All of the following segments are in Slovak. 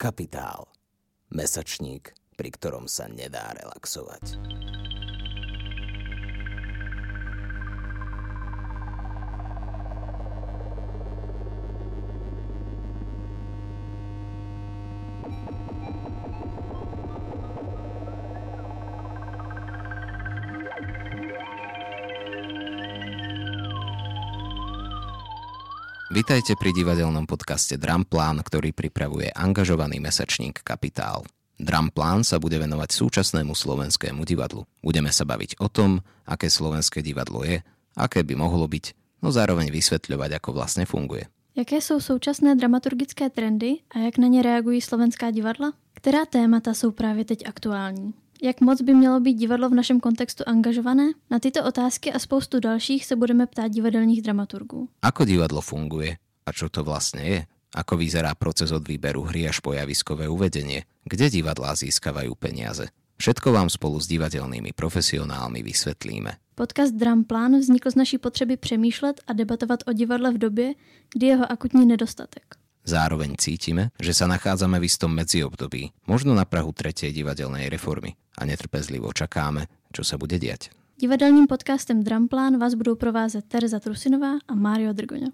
Kapitál. Mesačník, pri ktorom sa nedá relaxovať. Vitajte pri divadelnom podcaste Dramplán, ktorý pripravuje angažovaný mesačník Kapitál. Dramplán sa bude venovať súčasnému slovenskému divadlu. Budeme sa baviť o tom, aké slovenské divadlo je, aké by mohlo byť, no zároveň vysvetľovať, ako vlastne funguje. Jaké jsou současné dramaturgické trendy a jak na ně reagují slovenská divadla? Která témata jsou právě teď aktuální? Jak moc by mělo být divadlo v našem kontextu angažované? Na tyto otázky a spoustu dalších se budeme ptát divadelních dramaturgů. Ako divadlo funguje? A čo to vlastne je? Ako vyzerá proces od výberu hry až po javiskové uvedenie? Kde divadlá získavajú peniaze? Všetko vám spolu s divadelnými profesionálmi vysvetlíme. Podcast Dramplán vznikl z naší potřeby přemýšlet a debatovat o divadle v době, kdy jeho akutní nedostatek. Zároveň cítime, že sa nachádzame v istom medziobdobí, možno na prahu tretej divadelnej reformy a netrpezlivo čakáme, čo sa bude diať. Divadelním podcastem Dramplán vás budou provázet Tereza Trusinová a Mário Drgoňo.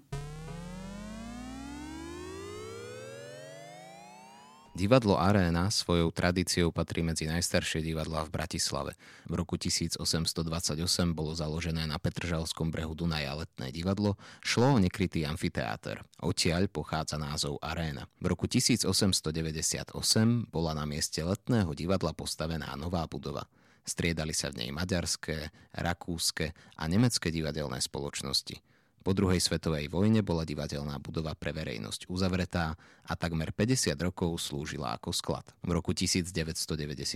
Divadlo Aréna svojou tradíciou patrí medzi najstaršie divadlá v Bratislave. V roku 1828 bolo založené na Petržalskom brehu Dunaja letné divadlo, šlo o nekrytý amfiteáter. Odtiaľ pochádza názov Aréna. V roku 1898 bola na mieste letného divadla postavená nová budova. Striedali sa v nej maďarské, rakúske a nemecké divadelné spoločnosti. Po druhej svetovej vojne bola divadelná budova pre verejnosť uzavretá a takmer 50 rokov slúžila ako sklad. V roku 1994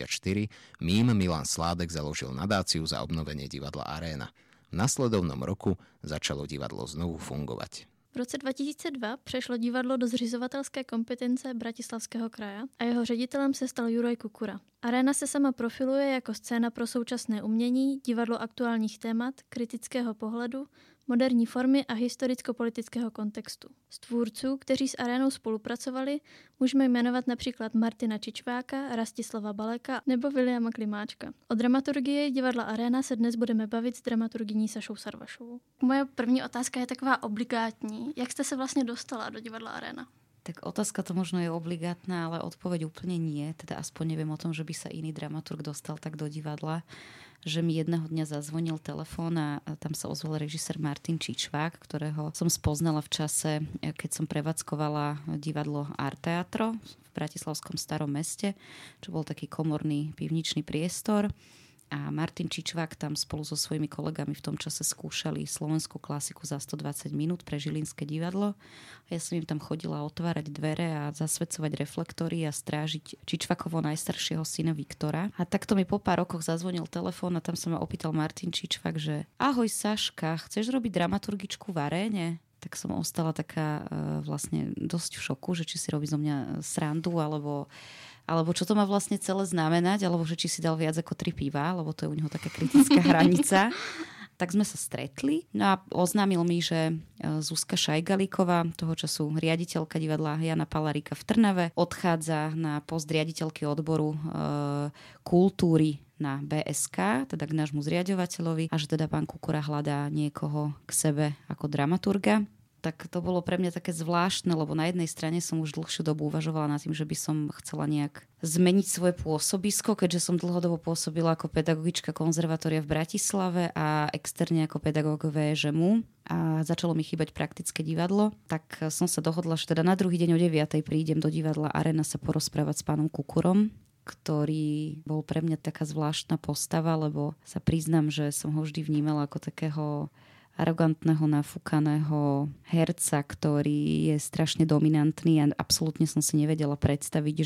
mím Milan Sládek založil nadáciu za obnovenie divadla Aréna. V nasledovnom roku začalo divadlo znovu fungovať. V roce 2002 přešlo divadlo do zřizovatelské kompetence Bratislavského kraje a jeho ředitelem se stal Juraj Kukura. Aréna se sama profiluje jako scéna pro současné umění, divadlo aktuálních témat, kritického pohledu, moderní formy a historicko-politického kontextu. Z tvůrců, kteří s Arénou spolupracovali, můžeme jmenovat například Martina Čičváka, Rastislava Baleka nebo Viliama Klimáčka. O dramaturgii divadla Aréna se dnes budeme bavit s dramaturgyní Sašou Sarvašovou. Moje první otázka je taková obligátní. Jak jste se vlastně dostala do divadla Aréna? Tak otázka to možno je obligátna, ale odpoveď úplne nie. Teda aspoň neviem o tom, že by sa iný dramaturg dostal tak do divadla, že mi jedného dňa zazvonil telefón a tam sa ozval režisér Martin Čičvák, ktorého som spoznala v čase, keď som prevádzkovala divadlo Art Teatro v bratislavskom Starom meste, čo bol taký komorný pivničný priestor. A Martin Čičvák tam spolu so svojimi kolegami v tom čase skúšali slovenskú klasiku za 120 minút pre Žilinské divadlo. A ja som im tam chodila otvárať dvere a zasvedcovať reflektory a strážiť Čičvakovo najstaršieho syna Viktora. A takto mi po pár rokoch zazvonil telefón a tam sa ma opýtal Martin Čičvák, že ahoj Saška, chceš robiť dramaturgičku v Aréne? Tak som ostala taká vlastne dosť v šoku, že či si robí zo mňa srandu, alebo čo to má vlastne celé znamenať, alebo že či si dal viac ako 3 piva, lebo to je u neho taká kritická hranica. Tak sme sa stretli. No a oznámil mi, že Zuzka Šajgalíková, toho času riaditeľka divadla Jana Palarika v Trnave, odchádza na post riaditeľky odboru kultúry na BSK, teda k nášmu zriaďovateľovi, a že teda pán Kukura hľadá niekoho k sebe ako dramaturga. Tak to bolo pre mňa také zvláštne, lebo na jednej strane som už dlhšiu dobu uvažovala nad tým, že by som chcela nejak zmeniť svoje pôsobisko, keďže som dlhodobo pôsobila ako pedagogička konzervatória v Bratislave a externe ako pedagóg VŽMU a začalo mi chýbať praktické divadlo, tak som sa dohodla, že teda na druhý deň o 9:00 prídem do divadla Aréna sa porozprávať s pánom Kukurom, ktorý bol pre mňa taká zvláštna postava, lebo sa priznám, že som ho vždy vnímala ako takého arogantného, nafúkaného herca, ktorý je strašne dominantný a absolútne som si nevedela predstaviť,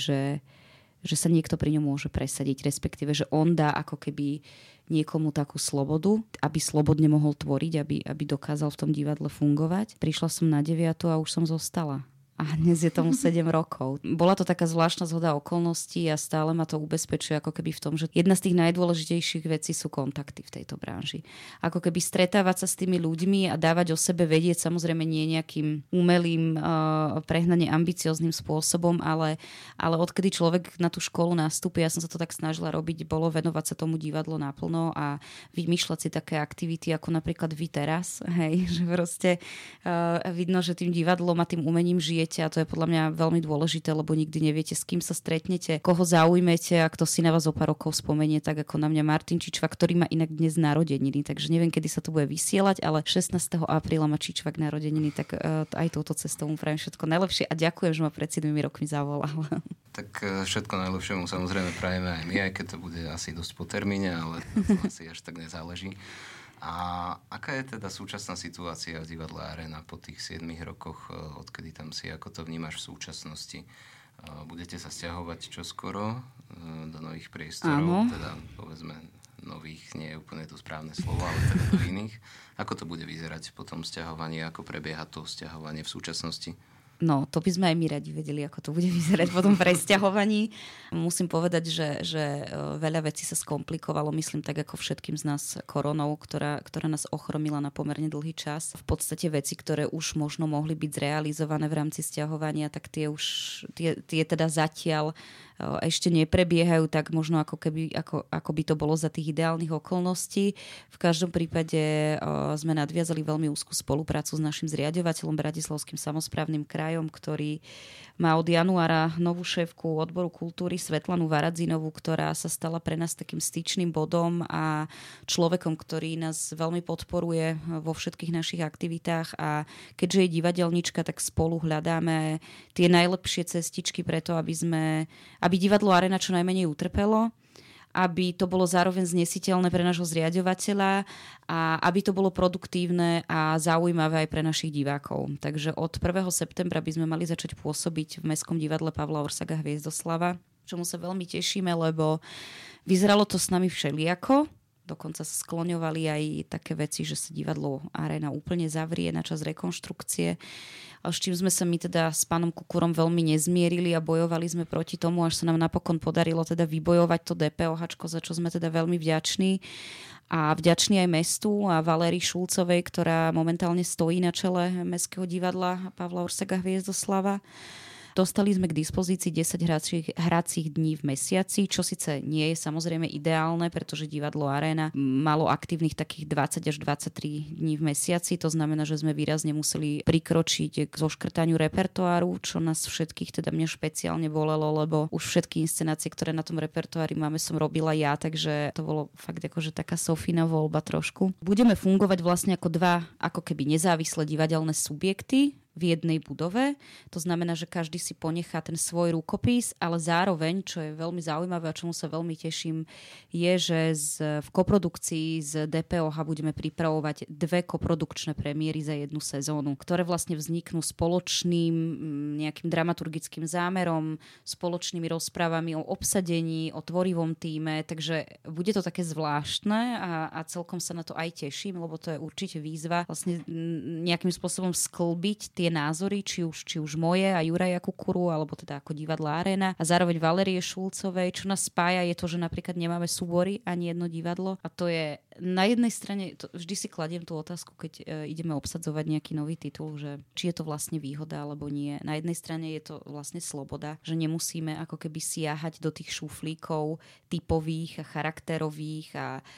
že sa niekto pri ňom môže presadiť, respektíve, že on dá ako keby niekomu takú slobodu, aby slobodne mohol tvoriť, aby dokázal v tom divadle fungovať. Prišla som na 9:00 a už som zostala. a dnes je tomu 7 rokov. Bola to taká zvláštna zhoda okolností a stále ma to ubezpečuje ako keby v tom, že jedna z tých najdôležitejších vecí sú kontakty v tejto branži. Ako keby stretávať sa s tými ľuďmi a dávať o sebe vedieť, samozrejme nie nejakým umelým, prehnane ambicióznym spôsobom, ale odkedy človek na tú školu nastúpi, ja som sa to tak snažila robiť, bolo venovať sa tomu divadlo naplno a vymýšľať si také aktivity, ako napríklad vy teraz, hej, že proste vidno, že tým divadlom a tým umením žijete a to je podľa mňa veľmi dôležité, lebo nikdy neviete, s kým sa stretnete, koho zaujmete a kto si na vás o pár rokov spomenie, tak ako na mňa Martin Čičvak, ktorý má inak dnes narodeniny, takže neviem, kedy sa to bude vysielať, ale 16. apríla má Čičvak narodeniny, tak aj touto cestou mu prajem všetko najlepšie a ďakujem, že ma pred 7 rokmi zavolal. Tak všetko najlepšie mu samozrejme prajeme aj my, aj keď to bude asi dosť po termíne, ale to asi až tak nezáleží. A aká je teda súčasná situácia v divadle Arena po tých 7 rokoch, odkedy tam si, ako to vnímaš v súčasnosti? Budete sa sťahovať čoskoro do nových priestorov, teda povedzme nových, nie je úplne to správne slovo, ale teda do iných. Ako to bude vyzerať po tom sťahovaní, ako prebieha to sťahovanie v súčasnosti? No, to by sme aj my radi vedeli, ako to bude vyzerať po tom presťahovaní. Musím povedať, že veľa vecí sa skomplikovalo, myslím tak ako všetkým z nás koronou, ktorá nás ochromila na pomerne dlhý čas. V podstate veci, ktoré už možno mohli byť zrealizované v rámci sťahovania, tak tie teda zatiaľ ešte neprebiehajú tak možno ako by to bolo za tých ideálnych okolností. V každom prípade sme nadviazali veľmi úzkú spoluprácu s našim zriaďovateľom Bratislavským samosprávnym krajom, ktorý má od januára novú šéfku odboru kultúry Svetlanu Varadzinovú, ktorá sa stala pre nás takým styčným bodom a človekom, ktorý nás veľmi podporuje vo všetkých našich aktivitách a keďže je divadelníčka, tak spolu hľadáme tie najlepšie cestičky preto, aby divadlo Arena čo najmenej utrpelo, aby to bolo zároveň znesiteľné pre nášho zriaďovateľa a aby to bolo produktívne a zaujímavé aj pre našich divákov. Takže od 1. septembra by sme mali začať pôsobiť v Mestskom divadle Pavla Orsaga Hviezdoslava, čomu sa veľmi tešíme, lebo vyzeralo to s nami všelijako. Dokonca sa skloňovali aj také veci, že sa divadlo Arena úplne zavrie na čas rekonštrukcie. S čím sme sa my teda s pánom Kukurom veľmi nezmierili a bojovali sme proti tomu, až sa nám napokon podarilo teda vybojovať to DPOHčko, za čo sme teda veľmi vďační. A vďační aj mestu a Valérii Šulcovej, ktorá momentálne stojí na čele Mestského divadla Pavla Orsaga Hviezdoslava. Dostali sme k dispozícii 10 hracích dní v mesiaci, čo síce nie je samozrejme ideálne, pretože divadlo Arena malo aktívnych takých 20 až 23 dní v mesiaci. To znamená, že sme výrazne museli prikročiť k zoškrtaniu repertoáru, čo nás všetkých, teda mňa špeciálne bolelo, lebo už všetky inscenácie, ktoré na tom repertoári máme, som robila ja, takže to bolo fakt akože taká Sofína voľba trošku. Budeme fungovať vlastne ako dva, ako keby nezávislé divadelné subjekty v jednej budove. To znamená, že každý si ponechá ten svoj rukopis, ale zároveň, čo je veľmi zaujímavé a čomu sa veľmi teším, je, že v koprodukcii z DPOH budeme pripravovať 2 koprodukčné premiéry za jednu sezónu, ktoré vlastne vzniknú spoločným nejakým dramaturgickým zámerom, spoločnými rozprávami o obsadení, o tvorivom tíme, takže bude to také zvláštne a celkom sa na to aj teším, lebo to je určite výzva vlastne nejakým spôsobom sklbiť tie názory, či už moje a Juraja Kukuru, alebo teda ako divadla Arena a zároveň Valérie Šulcovej. Čo nás spája je to, že napríklad nemáme súbory ani jedno divadlo a to je na jednej strane, vždy si kladiem tú otázku, keď ideme obsadzovať nejaký nový titul, že či je to vlastne výhoda alebo nie. Na jednej strane je to vlastne sloboda, že nemusíme ako keby siahať do tých šuflíkov typových a charakterových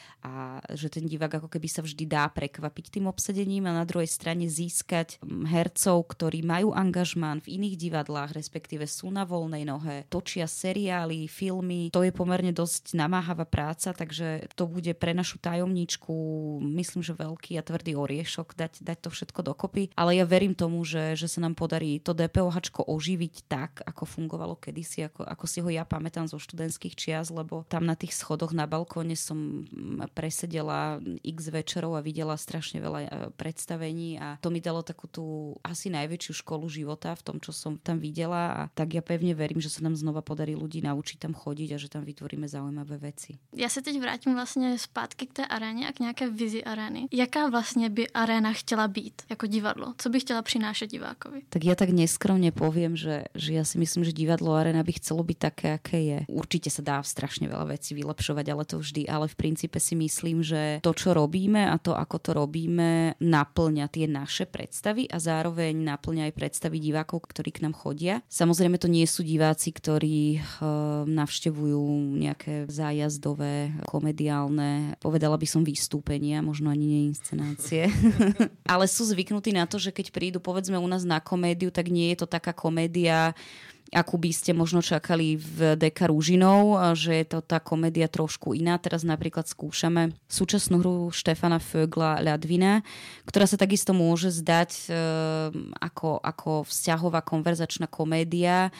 a že ten divák ako keby sa vždy dá prekvapiť tým obsadením a na druhej strane získať hercov, ktorí majú angažmán v iných divadlách, respektíve sú na voľnej nohe, točia seriály, filmy. To je pomerne dosť namáhavá práca, takže to bude pre našu tajomníčku, myslím, že veľký a tvrdý oriešok dať to všetko dokopy. Ale ja verím tomu, že sa nám podarí to DPOHčko oživiť tak, ako fungovalo kedysi, ako si ho ja pamätám zo študentských čias, lebo tam na tých schodoch na balkóne som presedela x večerov a videla strašne veľa predstavení a to mi dalo takú tú asi najväčšiu školu života v tom, čo som tam videla a tak ja pevne verím, že sa nám znova podarí ľudí naučiť tam chodiť a že tam vytvoríme zaujímavé veci. Ja sa teď vrátim vlastne zpátky k té aréně a k nějaké vizi arény. Jaká vlastně by aréna chtěla být jako divadlo? Co by chtěla přinášet divákovi? Tak ja tak neskromne poviem, že ja si myslím, že divadlo Arena by chcelo byť také, aké je. Určite sa dá strašne veľa vecí vylepšovať, ale v princípe si myslím, že to, čo robíme a to, ako to robíme, naplňa tie naše predstavy a zároveň naplňa aj predstavy divákov, ktorí k nám chodia. Samozrejme to nie sú diváci, ktorí navštevujú nejaké zájazdové, komediálne, povedala by som vystúpenia, možno ani nie inscenácie. Ale sú zvyknutí na to, že keď prídu povedzme u nás na komédiu, tak nie je to taká komédia, akú by ste možno čakali v Deka Rúžinov, že je to tá komédia trošku iná. Teraz napríklad skúšame súčasnú hru Štefana Vögla Ľadvina, ktorá sa takisto môže zdať ako vzťahová konverzačná komédia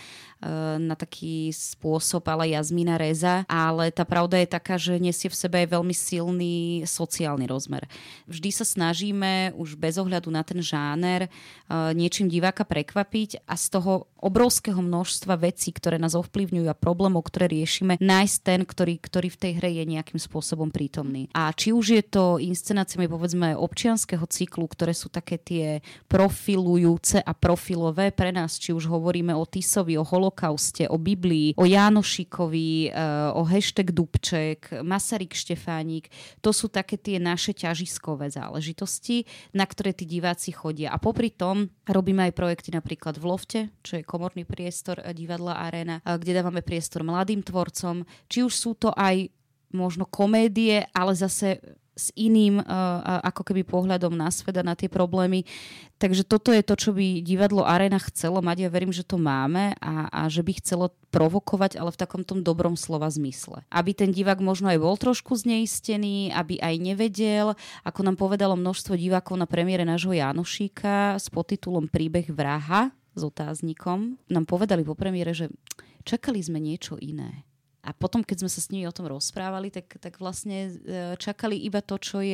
na taký spôsob ale Jasmína Reza, ale tá pravda je taká, že nesie v sebe aj veľmi silný sociálny rozmer. Vždy sa snažíme už bez ohľadu na ten žáner niečím diváka prekvapiť a z toho obrovského množstva vecí, ktoré nás ovplyvňujú a problémov, ktoré riešime, nájsť ten, ktorý v tej hre je nejakým spôsobom prítomný. A či už je to inscenáciami povedzme občianskeho cyklu, ktoré sú také tie profilujúce a profilové pre nás, či už hovoríme o Tisovi, o holokauste, o Biblii, o Jánošíkovi, o hashtag Dubček, Masaryk Štefánik. To sú také tie naše ťažiskové záležitosti, na ktoré tí diváci chodia. A popri tom robíme aj projekty napríklad v Lofte, čo je komorný priestor divadla Arena, kde dávame priestor mladým tvorcom. Či už sú to aj možno komédie, ale zase s iným ako keby pohľadom na svet a na tie problémy. Takže toto je to, čo by divadlo Arena chcelo mať. Ja verím, že to máme a že by chcelo provokovať, ale v takom tom dobrom slova zmysle. Aby ten divák možno aj bol trošku zneistený, aby aj nevedel, ako nám povedalo množstvo divákov na premiére nášho Jánošíka s podtitulom Príbeh vraha s otáznikom, nám povedali po premiére, že čakali sme niečo iné. A potom, keď sme sa s nimi o tom rozprávali, tak vlastne čakali iba to, čo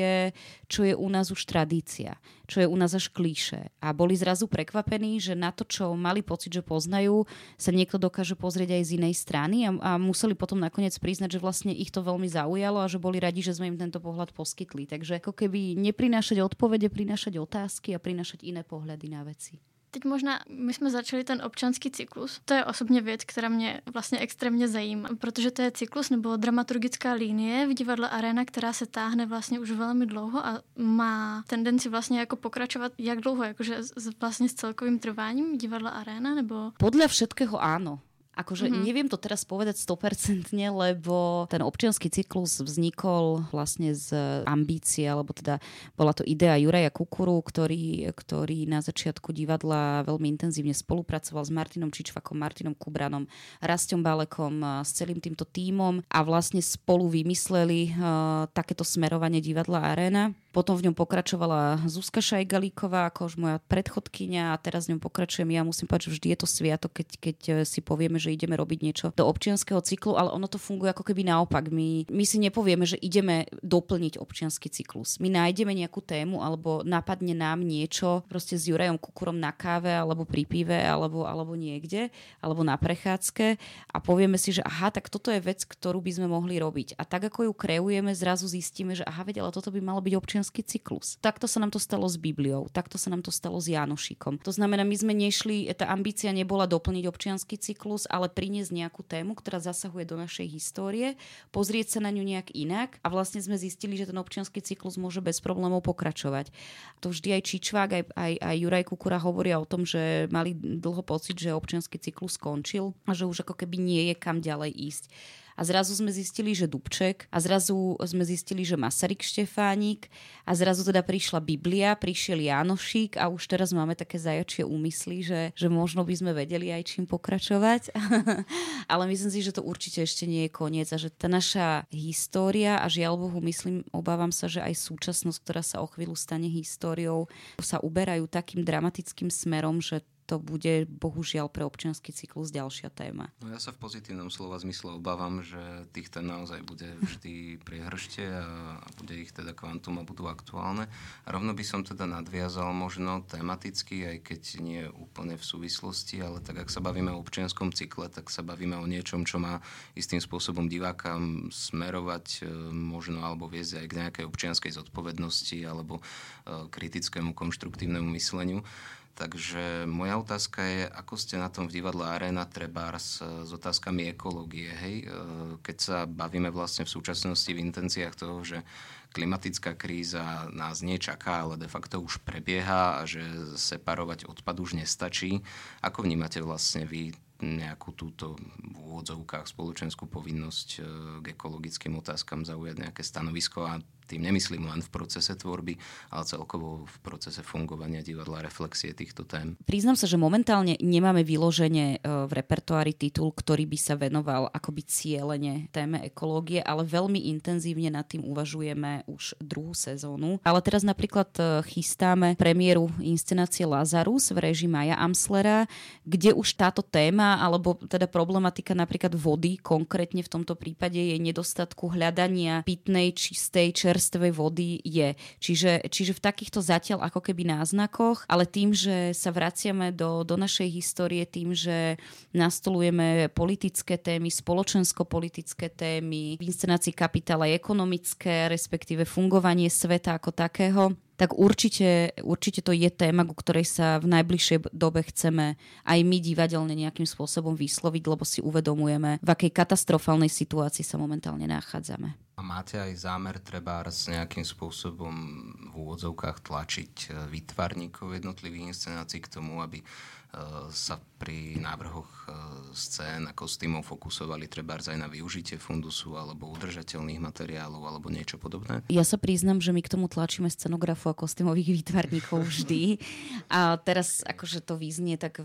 je u nás už tradícia, čo je u nás až klíše. A boli zrazu prekvapení, že na to, čo mali pocit, že poznajú, sa niekto dokáže pozrieť aj z inej strany a museli potom nakoniec priznať, že vlastne ich to veľmi zaujalo a že boli radi, že sme im tento pohľad poskytli. Takže ako keby neprinášať odpovede, prinášať otázky a prinášať iné pohľady na veci. Teď možná, my jsme začali ten občanský cyklus. To je osobně věc, která mě vlastně extrémně zajímá, protože to je cyklus nebo dramaturgická linie v divadle Arena, která se táhne vlastně už velmi dlouho a má tendenci vlastně jako pokračovat jak dlouho, jakože vlastně s celkovým trváním divadla Arena, nebo... Podľa všetkého áno. Akože neviem to teraz povedať 100%, lebo ten občiansky cyklus vznikol vlastne z ambície, alebo teda bola to idea Juraja Kukuru, ktorý na začiatku divadla veľmi intenzívne spolupracoval s Martinom Čičvakom, Martinom Kubranom, Rasťom Balekom, s celým týmto tímom a vlastne spolu vymysleli takéto smerovanie divadla Arena. Potom v ňom pokračovala Zuzka Šajgalíková, ako už moja predchodkyňa a teraz v ňom pokračujem ja. Musím povedať, že vždy je to sviatok, keď si povieme, že ideme robiť niečo do občianskeho cyklu, ale ono to funguje ako keby naopak. My si nepovieme, že ideme doplniť občiansky cyklus. My nájdeme nejakú tému alebo napadne nám niečo proste s Jurajom Kukurom na káve alebo pri pive alebo niekde, alebo na prechádzke a povieme si, že aha, tak toto je vec, ktorú by sme mohli robiť. A tak ako ju kreujeme, zrazu zistíme, že aha, veď, ale toto by malo byť občiansky cyklus. Takto sa nám to stalo s Bibliou, takto sa nám to stalo s Jánošíkom. To znamená, my sme nešli, tá ambícia nebola doplniť občiansky cyklus, ale priniesť nejakú tému, ktorá zasahuje do našej histórie, pozrieť sa na ňu nejak inak a vlastne sme zistili, že ten občiansky cyklus môže bez problémov pokračovať. To vždy aj Čičvák, aj Juraj Kukura hovoria o tom, že mali dlho pocit, že občiansky cyklus skončil a že už ako keby nie je kam ďalej ísť. A zrazu sme zistili, že Dubček a zrazu sme zistili, že Masaryk Štefánik a zrazu teda prišla Biblia, prišiel Jánošík a už teraz máme také zajačie úmysly, že možno by sme vedeli aj čím pokračovať. Ale myslím si, že to určite ešte nie je koniec a že tá naša história a žiaľ Bohu, myslím, obávam sa, že aj súčasnosť, ktorá sa o chvíľu stane históriou, sa uberajú takým dramatickým smerom, že to bude bohužiaľ pre občiansky cyklus ďalšia téma. No ja sa v pozitívnom slova zmysle obávam, že tých tém naozaj bude vždy priehršte a bude ich teda kvantum a budú aktuálne. A rovno by som teda nadviazal možno tematicky, aj keď nie úplne v súvislosti, ale tak ak sa bavíme o občianskom cykle, tak sa bavíme o niečom, čo má istým spôsobom diváka smerovať možno alebo viesť aj k nejakej občianskej zodpovednosti alebo kritickému konštruktívnemu mysleniu. Takže moja otázka je, ako ste na tom v divadle Aréna trebárs s otázkami ekológie, hej? Keď sa bavíme vlastne v súčasnosti v intenciách toho, že klimatická kríza nás nečaká, ale de facto už prebieha a že separovať odpad už nestačí. Ako vnímate vlastne vy nejakú túto v úvodzovkách spoločenskú povinnosť k ekologickým otázkam zaujať nejaké stanovisko a tým nemyslím len v procese tvorby, ale celkovo v procese fungovania divadla, reflexie týchto tém. Priznám sa, že momentálne nemáme vyloženie v repertoári titul, ktorý by sa venoval akoby cielene téme ekológie, ale veľmi intenzívne nad tým uvažujeme už druhú sezónu. Ale teraz napríklad chystáme premiéru inscenácie Lazarus v réžii Maja Amslera, kde už táto téma, alebo teda problematika napríklad vody, konkrétne v tomto prípade jej nedostatku hľadania pitnej, čistej, čerstvej vody je. Čiže v takýchto zatiaľ ako keby náznakoch, ale tým, že sa vraciame do našej histórie, tým, že nastolujeme politické témy, spoločensko-politické témy, v inscenácii Kapitál aj ekonomické, respektíve fungovanie sveta ako takého, tak určite to je téma, ku ktorej sa v najbližšej dobe chceme aj my divadelne nejakým spôsobom vysloviť, lebo si uvedomujeme, v akej katastrofálnej situácii sa momentálne nachádzame. A máte aj zámer trebárs nejakým spôsobom v úvodzovkách tlačiť výtvarníkov jednotlivých inscenácií k tomu, aby sa pri návrhoch scén a kostýmov fokusovali trebárs aj na využitie fundusu alebo udržateľných materiálov alebo niečo podobné? Ja sa priznám, že my k tomu tlačíme scenografu a kostýmových výtvarníkov vždy. A teraz akože to vyznie tak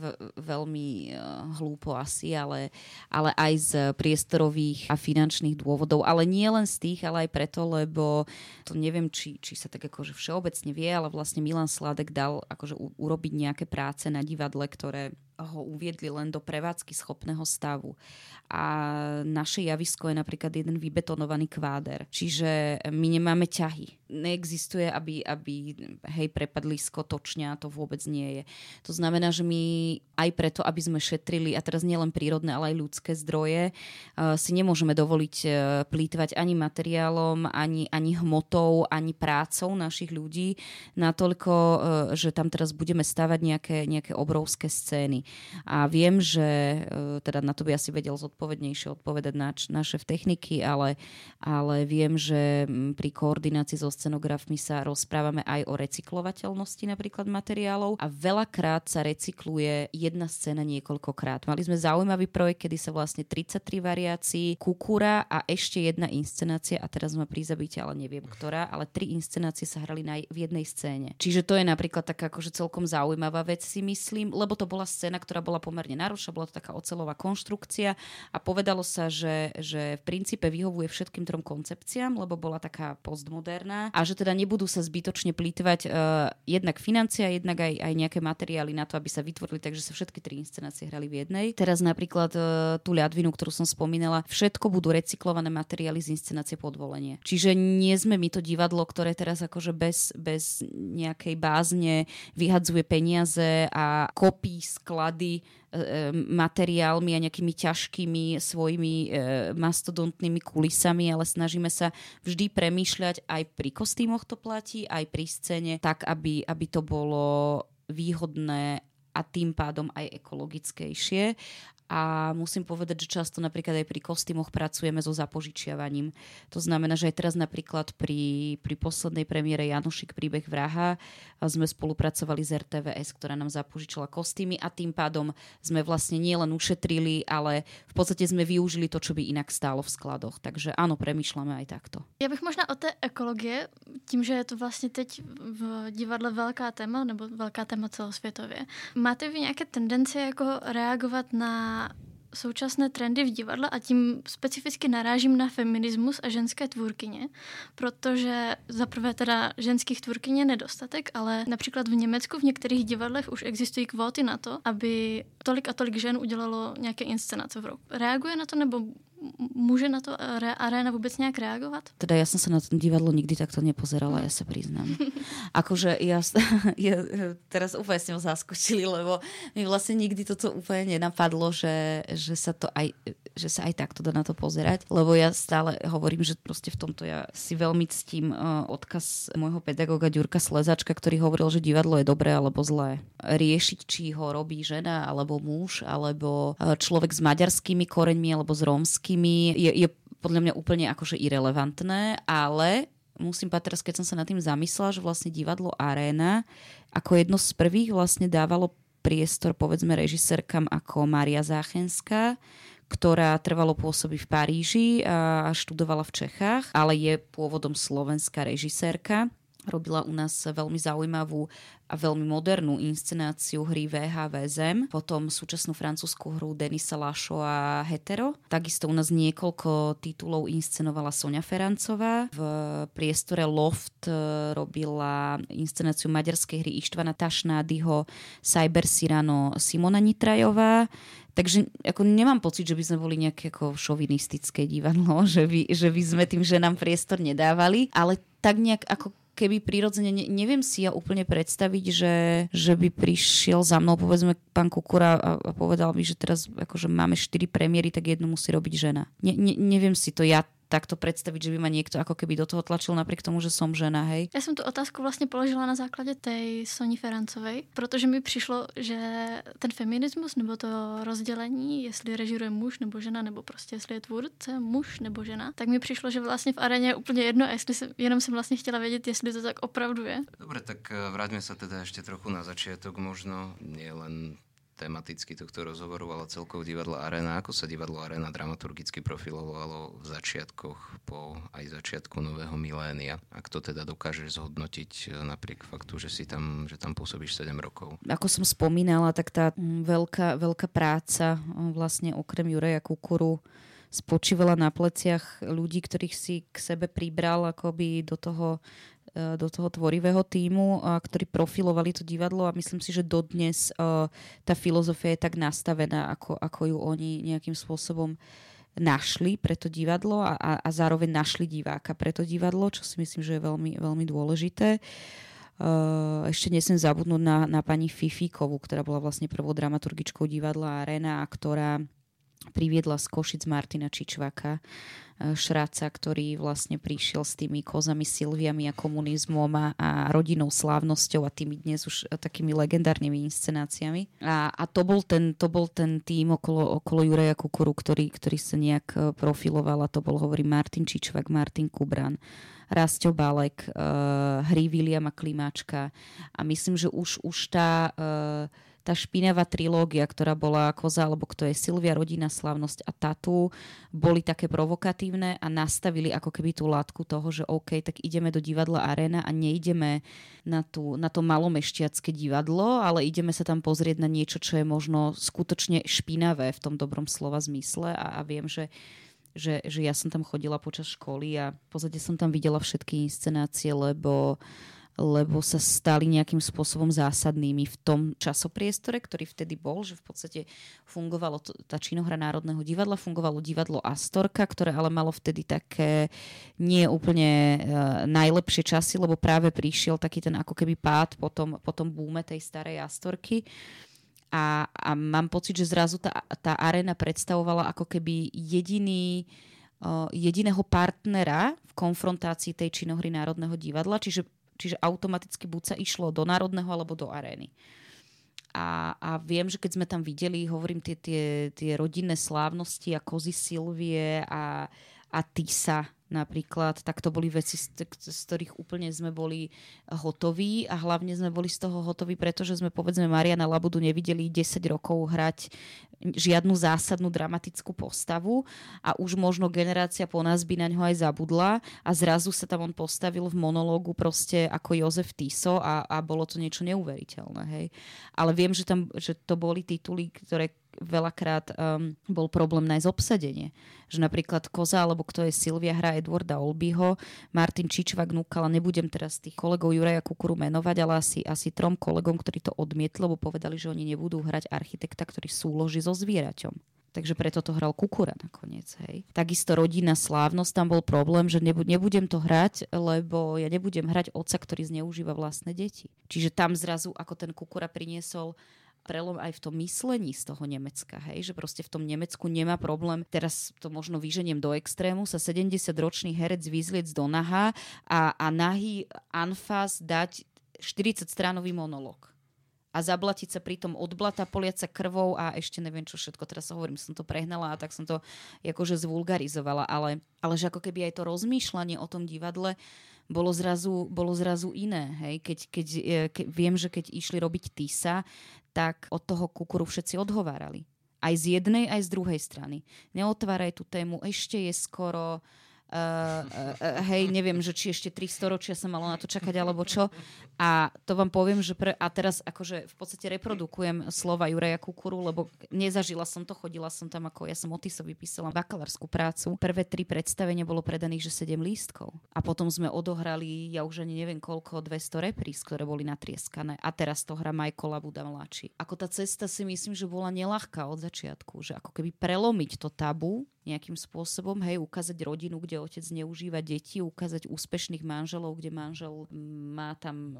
veľmi hlúpo asi, ale aj z priestorových a finančných dôvodov. Ale nie len z tých, ale aj preto, lebo to neviem, či sa tak akože všeobecne vie, ale vlastne Milan Sládek dal akože urobiť nejaké práce na divadle, ktoré ho uviedli len do prevádzky schopného stavu. A naše javisko je napríklad jeden vybetonovaný kváder. Čiže my nemáme ťahy. Neexistuje, aby prepadlisko, točňa, to vôbec nie je. To znamená, že my aj preto, aby sme šetrili, a teraz nielen prírodné, ale aj ľudské zdroje, si nemôžeme dovoliť plýtvať ani materiálom, ani hmotou, ani prácou našich ľudí, natoľko, že tam teraz budeme stavať nejaké obrovské scény. A viem, že teda na to by asi vedel zodpovednejšie odpovedať náš šéf techniky, ale viem, že pri koordinácii so scenografmi sa rozprávame aj o recyklovateľnosti napríklad materiálov a veľakrát sa recykluje jedna scéna niekoľkokrát. Mali sme zaujímavý projekt, kedy sa vlastne 33 variácií Kukura a ešte jedna inscenácia, a teraz ma prízabíte, ale neviem ktorá, ale 3 inscenácie sa hrali v jednej scéne. Čiže to je napríklad taká akože celkom zaujímavá vec, si myslím, lebo to bola scéna, ktorá bola pomerne náročná, bola to taká oceľová konštrukcia a povedalo sa, že v princípe vyhovuje všetkým 3 koncepciám, lebo bola taká postmoderná a že teda nebudú sa zbytočne plýtvať jednak financia, jednak aj nejaké materiály na to, aby sa vytvorili, takže sa všetky 3 inscenácie hrali v jednej. Teraz napríklad tú ľadvinu, ktorú som spomínala, všetko budú recyklované materiály z inscenácie Podvolenie. Čiže nie sme my to divadlo, ktoré teraz akože bez nejakej bázne vyhadzuje peniaze a kopí sklady materiálmi a nejakými ťažkými svojimi mastodontnými kulisami, ale snažíme sa vždy premýšľať, aj pri kostýmoch to platí, aj pri scéne, tak aby to bolo výhodné a tým pádom aj ekologickejšie. A musím povedať, že často napríklad aj pri kostýmoch pracujeme so zapožičiavaním. To znamená, že aj teraz napríklad pri poslednej premiére Janošik príbeh vraha sme spolupracovali s RTVS, ktorá nám zapožičila kostýmy a tým pádom sme vlastne nielen ušetrili, ale v podstate sme využili to, čo by inak stálo v skladoch. Takže áno, premýšľame aj takto. Já bych možná o té ekologie, tím, že je to vlastně teď v divadle velká téma, nebo velká téma celosvětově. Máte vy nějaké tendence jako reagovat na současné trendy v divadle a tím specificky narážím na feminismus a ženské tvůrkyně, protože zaprvé teda ženských tvůrkyň je nedostatek, ale například v Německu v některých divadlech už existují kvóty na to, aby tolik a tolik žen udělalo nějaké inscenace v roku. Reaguje na to, nebo môže na to Aréna vôbec nejak reagovať? Teda ja som sa na to divadlo nikdy takto nepozerala, ja sa priznám. Akože ja teraz úplne s ňou zaskočili, lebo mi vlastne nikdy toto úplne nenapadlo, že sa aj takto dá na to pozerať, lebo ja stále hovorím, že proste v tomto ja si veľmi ctím odkaz môjho pedagóga Ďurka Slezačka, ktorý hovoril, že divadlo je dobré alebo zlé. Riešiť, či ho robí žena, alebo muž, alebo človek s maďarskými koreňmi, alebo s rómskymi, je podľa mňa úplne akože irelevantné, ale musím povedať teraz, keď som sa nad tým zamyslela, že vlastne divadlo Aréna ako jedno z prvých vlastne dávalo priestor povedzme režisérkam ako Mária Záchenská, ktorá trvalo pôsobí v Paríži a študovala v Čechách, ale je pôvodom slovenská režisérka. Robila u nás veľmi zaujímavú a veľmi modernú inscenáciu hry VHV Zem, potom súčasnú francúzsku hru Denisa Lašova Hetero. Takisto u nás niekoľko titulov inscenovala Soňa Ferancová. V priestore Loft robila inscenáciu maďarskej hry Ištvana Tašnádyho Cyber Cyrano Simona Nitrajová. Takže ako nemám pocit, že by sme boli nejaké ako šovinistické divadlo, že by sme tým ženám priestor nedávali, ale tak nejak ako keby prirodzene, neviem si ja úplne predstaviť, že by prišiel za mnou, povedzme, pán Kukura a povedal by, že teraz akože máme 4 premiéry, tak jednu musí robiť žena. Neviem si to ja takto predstaviť, že by ma niekto ako keby do toho tlačil napriek tomu, že som žena, hej. Ja som tu otázku vlastne položila na základe tej Soni Ferancovej, protože mi přišlo, že ten feminismus nebo to rozdělení, jestli režiruje muž nebo žena, nebo prostě jestli je tvůrce muž nebo žena, tak mi přišlo, že vlastně v aréně je úplně jedno, a jenom jsem vlastně chtěla vědět, jestli to tak opravdu je. Dobre, tak vráťme sa teda ešte trochu na začiatok, možno nie len tematicky tohto rozhovoru, ale celkovo divadlo Aréna. Ako sa divadlo Aréna dramaturgicky profilovalo v začiatkoch po aj začiatku nového milénia? Ak to teda dokážeš zhodnotiť napriek faktu, že tam pôsobíš 7 rokov. Ako som spomínala, tak tá veľká práca vlastne okrem Juraja Kukuru spočívala na pleciach ľudí, ktorých si k sebe pribral akoby do toho tvorivého tímu, ktorí profilovali to divadlo, a myslím si, že dodnes tá filozofia je tak nastavená, ako ju oni nejakým spôsobom našli pre to divadlo a zároveň našli diváka pre to divadlo, čo si myslím, že je veľmi, veľmi dôležité. Ešte nesmiem zabudnúť na pani Fifíkovú, ktorá bola vlastne prvou dramaturgičkou divadla Aréna a ktorá priviedla z Košic Martina Čičvaka, Šráca, ktorý vlastne prišiel s tými kozami, Silviami a komunizmom a rodinnou slávnosťou a tými dnes už takými legendárnymi inscenáciami. A to bol ten tým okolo Juraja Kukuru, ktorý sa nejak profiloval, a to bol, hovorím, Martin Čičvak, Martin Kubran, Rasťo Balek, hry Viliama Klimáčka, a myslím, že už tá špinavá trilógia, ktorá bola Koza alebo Kto je Silvia, Rodina, Slávnosť a Tatu, boli také provokatívne a nastavili ako keby tú látku toho, že OK, tak ideme do divadla Aréna a neideme na to malomešťacké divadlo, ale ideme sa tam pozrieť na niečo, čo je možno skutočne špinavé v tom dobrom slova zmysle, a viem, že ja som tam chodila počas školy a v podstate som tam videla všetky inscenácie, lebo sa stali nejakým spôsobom zásadnými v tom časopriestore, ktorý vtedy bol, že v podstate fungovalo tá činohra Národného divadla, fungovalo divadlo Astorka, ktoré ale malo vtedy také nie úplne najlepšie časy, lebo práve prišiel taký ten ako keby pád po tom búme tej starej Astorky. A mám pocit, že zrazu tá Aréna predstavovala ako keby jediného partnera v konfrontácii tej činohry Národného divadla, čiže automaticky buď sa išlo do Národného alebo do Arény. A viem, že keď sme tam videli, hovorím, tie rodinné slávnosti a Kozy Silvie a Tisa napríklad, tak to boli veci, z ktorých úplne sme boli hotoví, a hlavne sme boli z toho hotoví, pretože sme, povedzme, Mariana Labudu nevideli 10 rokov hrať žiadnu zásadnú dramatickú postavu, a už možno generácia po nás by na ňo aj zabudla, a zrazu sa tam on postavil v monológu proste ako Jozef Tiso a bolo to niečo neuveriteľné. Hej. Ale viem, že to boli tituly, veľakrát bol problém nájsť obsadenie. Že napríklad Koza, alebo kto je Silvia, hrá Edwarda Olbyho, Martin Čičvak núkala, nebudem teraz tých kolegov Juraja Kukuru menovať, ale asi 3 kolegom, ktorí to odmietli, lebo povedali, že oni nebudú hrať architekta, ktorý súloží so zvieraťom. Takže preto to hral Kukura nakoniec. Hej. Takisto Rodinná slávnosť, tam bol problém, že nebudem to hrať, lebo ja nebudem hrať otca, ktorý zneužíva vlastné deti. Čiže tam zrazu, ako ten Kukura priniesol prelom aj v tom myslení z toho Nemecka, hej, že proste v tom Nemecku nemá problém, teraz to možno vyženiem do extrému, sa 70-ročný herec vyzliec do naha a nahý anfas dať 40-stránový monológ. A zablatiť sa pritom od blata, poliať sa krvou a ešte neviem čo všetko. Teraz sa hovorím, som to prehnala a tak som to akože zvulgarizovala. Ale že ako keby aj to rozmýšľanie o tom divadle bolo zrazu iné. Hej? Keď viem, že keď išli robiť Tisa, tak od toho Kukuru všetci odhovárali. Aj z jednej, aj z druhej strany. Neotváraj tú tému, ešte je skoro... hej, neviem, že či ešte 3 storočia sa malo na to čakať, alebo čo. A to vám poviem, že a teraz akože v podstate reprodukujem slova Juraja Kukuru, lebo nezažila som to, chodila som tam ja som o Tisovi písala bakalárskú prácu. Prvé 3 predstavenia bolo predaných, že 7 lístkov. A potom sme odohrali, ja už ani neviem koľko, 200 repríz, ktoré boli natrieskané. A teraz to hrá Majko Labuda mladší. Ako tá cesta si myslím, že bola neľahká od začiatku, že ako keby prelomiť to tabu nejakým spôsobom, hej, ukázať rodinu, kde otec zneužíva deti, ukázať úspešných manželov, kde manžel má tam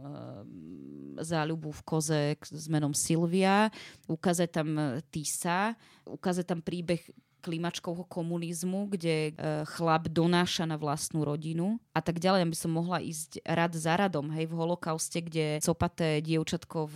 záľubu v Koze s menom Silvia, ukázať tam Tisa, ukázať tam príbeh klimačkovho komunizmu, kde chlap donáša na vlastnú rodinu a tak ďalej. Ja by som mohla ísť rad za radom, hej, v holokauste, kde copaté dievčatko v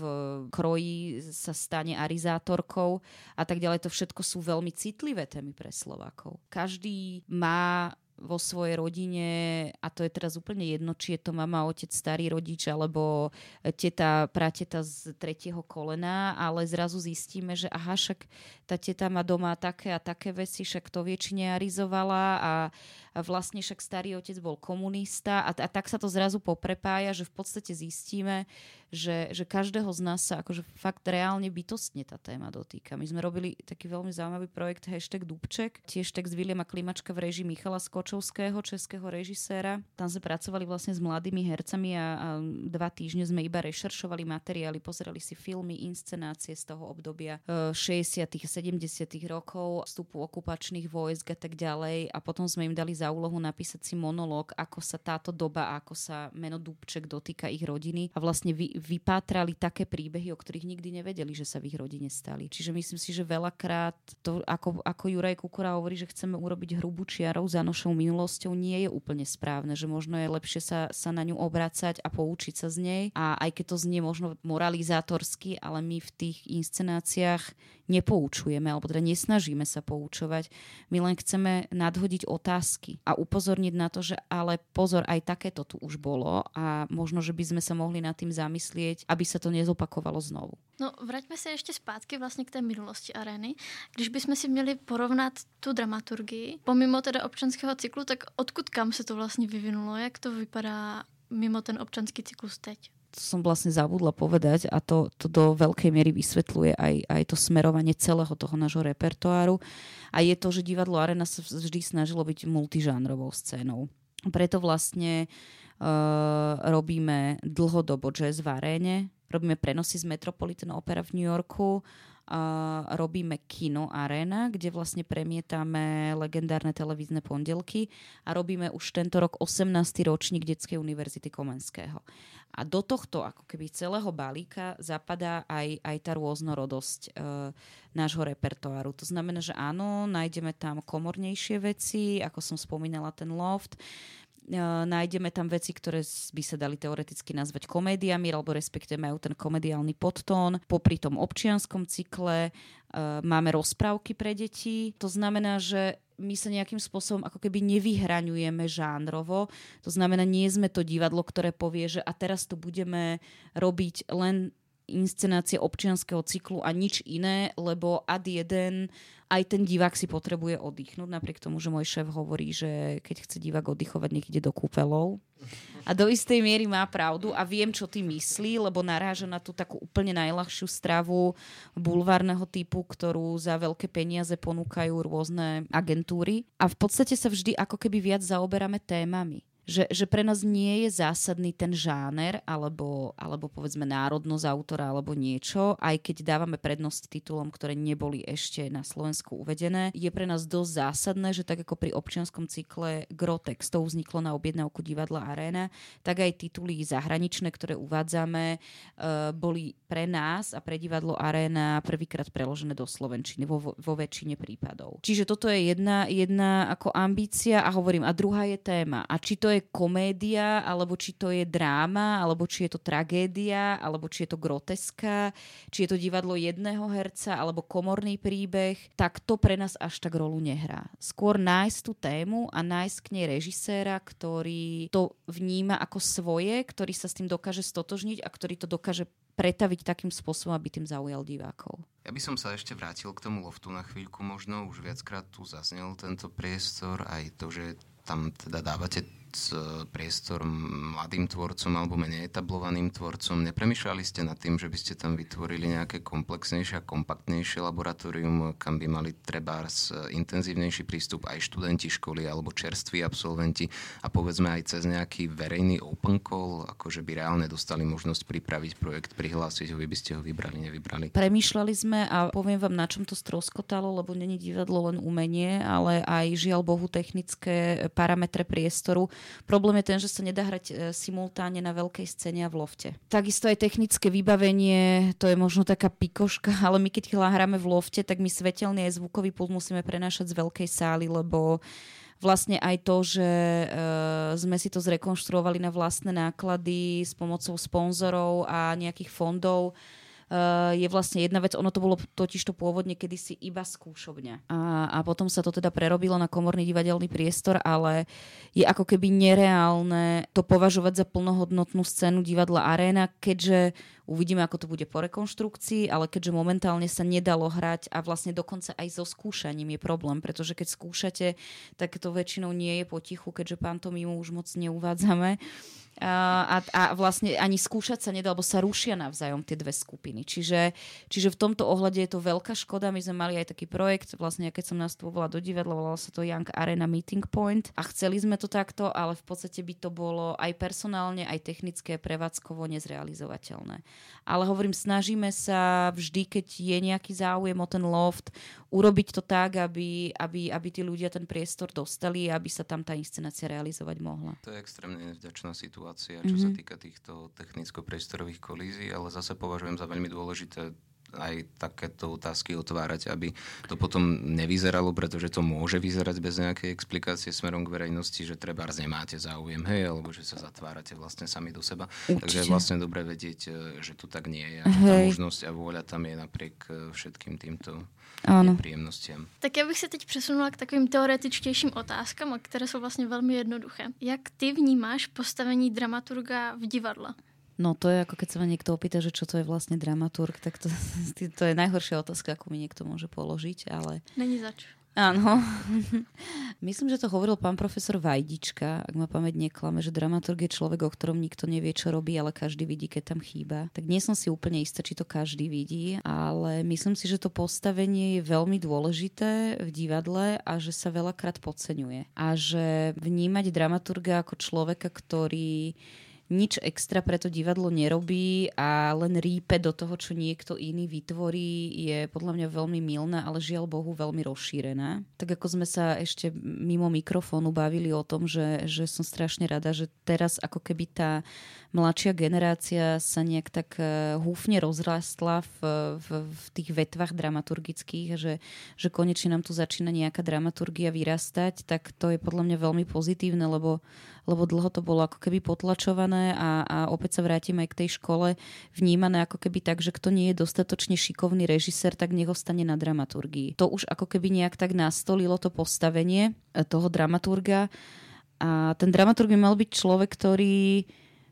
kroji sa stane arizátorkou a tak ďalej. To všetko sú veľmi citlivé témy pre Slovákov. Každý má vo svojej rodine, a to je teraz úplne jedno, či je to mama, otec, starý rodič, alebo teta, prateta z 3. kolena, ale zrazu zistíme, že aha, však tá teta má doma také a také veci, však to vie, či nearizovala a vlastne však starý otec bol komunista a tak sa to zrazu poprepája, že v podstate zistíme, že každého z nás sa akože fakt reálne bytostne tá téma dotýka. My sme robili taký veľmi zaujímavý projekt #Dubček, tiež text Viliama Klimačka v réžii Michala Skočovského, českého režiséra. Tam sme pracovali vlastne s mladými hercami a 2 týždne sme iba rešeršovali materiály, pozerali si filmy, inscenácie z toho obdobia 60. a 70. rokov, vstupu okupačných vojsk a tak ďalej a potom sme im dali za úlohu napísať si monológ, ako sa táto doba, ako sa meno Dubček dotýka ich rodiny a vlastne vypátrali také príbehy, o ktorých nikdy nevedeli, že sa v ich rodine stali. Čiže myslím si, že veľakrát to, ako Juraj Kukura hovorí, že chceme urobiť hrubú čiarou za našou minulosťou, nie je úplne správne, že možno je lepšie sa na ňu obracať a poučiť sa z nej. A aj keď to znie možno moralizátorsky, ale my v tých inscenáciách nepoučujeme, alebo teda nesnažíme sa poučovať. My len chceme nadhodiť otázky a upozorniť na to, že ale pozor, aj takéto tu už bolo a možno, že by sme sa mohli nad tým zamyslieť, aby sa to nezopakovalo znovu. No, vraťme se ještě zpátky vlastně k té minulosti arény. Když bychom si měli porovnat tu dramaturgii, pomimo teda občanského cyklu, tak odkud kam se to vlastně vyvinulo? Jak to vypadá mimo ten občanský cyklus teď? To som vlastne zabudla povedať a to do veľkej miery vysvetľuje aj to smerovanie celého toho nášho repertoáru. A je to, že divadlo Arena sa vždy snažilo byť multižánrovou scénou. Preto vlastne robíme dlhodobo jazz v Aréne, robíme prenosy z Metropolitan Opera v New Yorku, robíme kino Arena, kde vlastne premietame legendárne televízne pondelky a robíme už tento rok 18. ročník Detskej univerzity Komenského. A do tohto ako keby celého balíka zapadá aj tá rôznorodosť nášho repertoáru. To znamená, že áno, nájdeme tam komornejšie veci, ako som spomínala ten loft, nájdeme tam veci, ktoré by sa dali teoreticky nazvať komédiami, alebo respektíve majú ten komediálny podtón. Popri tom občianskom cykle máme rozprávky pre deti. To znamená, že my sa nejakým spôsobom ako keby nevyhraňujeme žánrovo. To znamená, nie sme to divadlo, ktoré povie, že a teraz to budeme robiť len inscenácia občianskeho cyklu a nič iné, lebo ad jeden aj ten divák si potrebuje oddychnúť, napriek tomu, že môj šéf hovorí, že keď chce divák oddychovať, nech ide do kúpeľov. A do istej miery má pravdu a viem, čo ty myslí, lebo naráža na tú takú úplne najľahšiu stravu bulvárneho typu, ktorú za veľké peniaze ponúkajú rôzne agentúry. A v podstate sa vždy ako keby viac zaoberáme témami. Že pre nás nie je zásadný ten žáner alebo povedzme národnosť autora alebo niečo, aj keď dávame prednosť titulom, ktoré neboli ešte na Slovensku uvedené. Je pre nás dosť zásadné, že tak ako pri občianskom cykle gro textov vzniklo na objednávku divadla Aréna, tak aj tituly zahraničné, ktoré uvádzame, boli pre nás a pre divadlo Aréna prvýkrát preložené do slovenčiny vo väčšine prípadov. Čiže toto je jedna ako ambícia a hovorím, a druhá je téma. A či to je komédia, alebo či to je dráma, alebo či je to tragédia, alebo či je to groteska, či je to divadlo jedného herca, alebo komorný príbeh, tak to pre nás až tak rolu nehrá. Skôr nájsť tú tému a nájsť k nej režiséra, ktorý to vníma ako svoje, ktorý sa s tým dokáže stotožniť a ktorý to dokáže pretaviť takým spôsobom, aby tým zaujal divákov. Ja by som sa ešte vrátil k tomu loftu na chvíľku možno. Už viackrát tu zaznel tento priestor, aj to, že tam teda dávate priestor mladým tvorcom alebo menej etablovaným tvorcom. Nepremýšľali ste nad tým, že by ste tam vytvorili nejaké komplexnejšie a kompaktnejšie laboratórium, kam by mali trebárs intenzívnejší prístup aj študenti školy alebo čerství absolventi a povedzme aj cez nejaký verejný open call, akože by reálne dostali možnosť pripraviť projekt, prihlásiť ho, vy by ste ho vybrali, nevybrali? Premýšľali sme a poviem vám, na čom to stroskotalo, lebo není divadlo len umenie, ale aj žiaľ Bohu technické parametre priestoru. Problém je ten, že sa nedá hrať simultáne na veľkej scéne a v lofte. Takisto aj technické vybavenie, to je možno taká pikoška, ale my keď hráme v lofte, tak my svetelný aj zvukový pult musíme prenášať z veľkej sály, lebo vlastne aj to, že sme si to zrekonštruovali na vlastné náklady s pomocou sponzorov a nejakých fondov, je vlastne jedna vec. Ono to bolo totižto pôvodne kedysi iba skúšobňa. A potom sa to teda prerobilo na komorný divadelný priestor, ale je ako keby nereálne to považovať za plnohodnotnú scénu divadla Aréna, keďže uvidíme, ako to bude po rekonštrukcii, ale keďže momentálne sa nedalo hrať a vlastne dokonca aj so skúšaním je problém, pretože keď skúšate, tak to väčšinou nie je potichu, keďže pantomimu už moc neuvádzame. A vlastne ani skúšať sa nedá, lebo sa rušia navzájom tie dve skupiny. Čiže v tomto ohľade je to veľká škoda. My sme mali aj taký projekt, vlastne keď som nastupovala do divadla, volalo sa to Young Arena Meeting Point a chceli sme to takto, ale v podstate by to bolo aj personálne, aj technické, prevádzkovo nezrealizovateľné. Ale hovorím, snažíme sa vždy, keď je nejaký záujem o ten loft, urobiť to tak, aby tí ľudia ten priestor dostali a aby sa tam tá inscenácia realizovať mohla. To je extrémne nevďačná situácia, čo sa týka týchto technicko-priestorových kolízií, ale zase považujem za veľmi dôležité aj takéto otázky otvárať, aby to potom nevyzeralo, pretože to môže vyzerať bez nejakej explikácie smerom k verejnosti, že trebárs nemáte záujem, hej, alebo že sa zatvárate vlastne sami do seba. Určite. Takže je vlastne dobre vedieť, že to tak nie je a že tá možnosť a vôľa tam je napriek všetkým týmto nepříjemnostiam. Tak já bych se teď přesunula k takovým teoretičtějším otázkám, které jsou vlastně velmi jednoduché. Jak ty vnímáš postavení dramaturga v divadle? No to je ako keď sa ma niekto opýta, že čo to je vlastne dramaturg, tak to je najhoršia otázka, ako mi niekto môže položiť, ale... Není zač. Áno. Myslím, že to hovoril pán profesor Vajdička, ak ma pamäť neklame, že dramaturg je človek, o ktorom nikto nevie, čo robí, ale každý vidí, keď tam chýba. Tak nie som si úplne istá, či to každý vidí, ale myslím si, že to postavenie je veľmi dôležité v divadle a že sa veľakrát podceňuje. A že vnímať dramaturga ako človeka, ktorý nič extra pre to divadlo nerobí a len rípe do toho, čo niekto iný vytvorí, je podľa mňa veľmi mylná, ale žiaľ Bohu veľmi rozšírená. Tak ako sme sa ešte mimo mikrofónu bavili o tom, že som strašne rada, že teraz ako keby tá mladšia generácia sa nejak tak húfne rozrastla v tých vetvách dramaturgických, že konečne nám tu začína nejaká dramaturgia vyrastať, tak to je podľa mňa veľmi pozitívne, lebo dlho to bolo ako keby potlačované a opäť sa vrátim aj k tej škole, vnímané ako keby tak, že kto nie je dostatočne šikovný režisér, tak nech ostane na dramaturgii. To už ako keby nejak tak nastolilo to postavenie toho dramaturga a ten dramaturg by mal byť človek,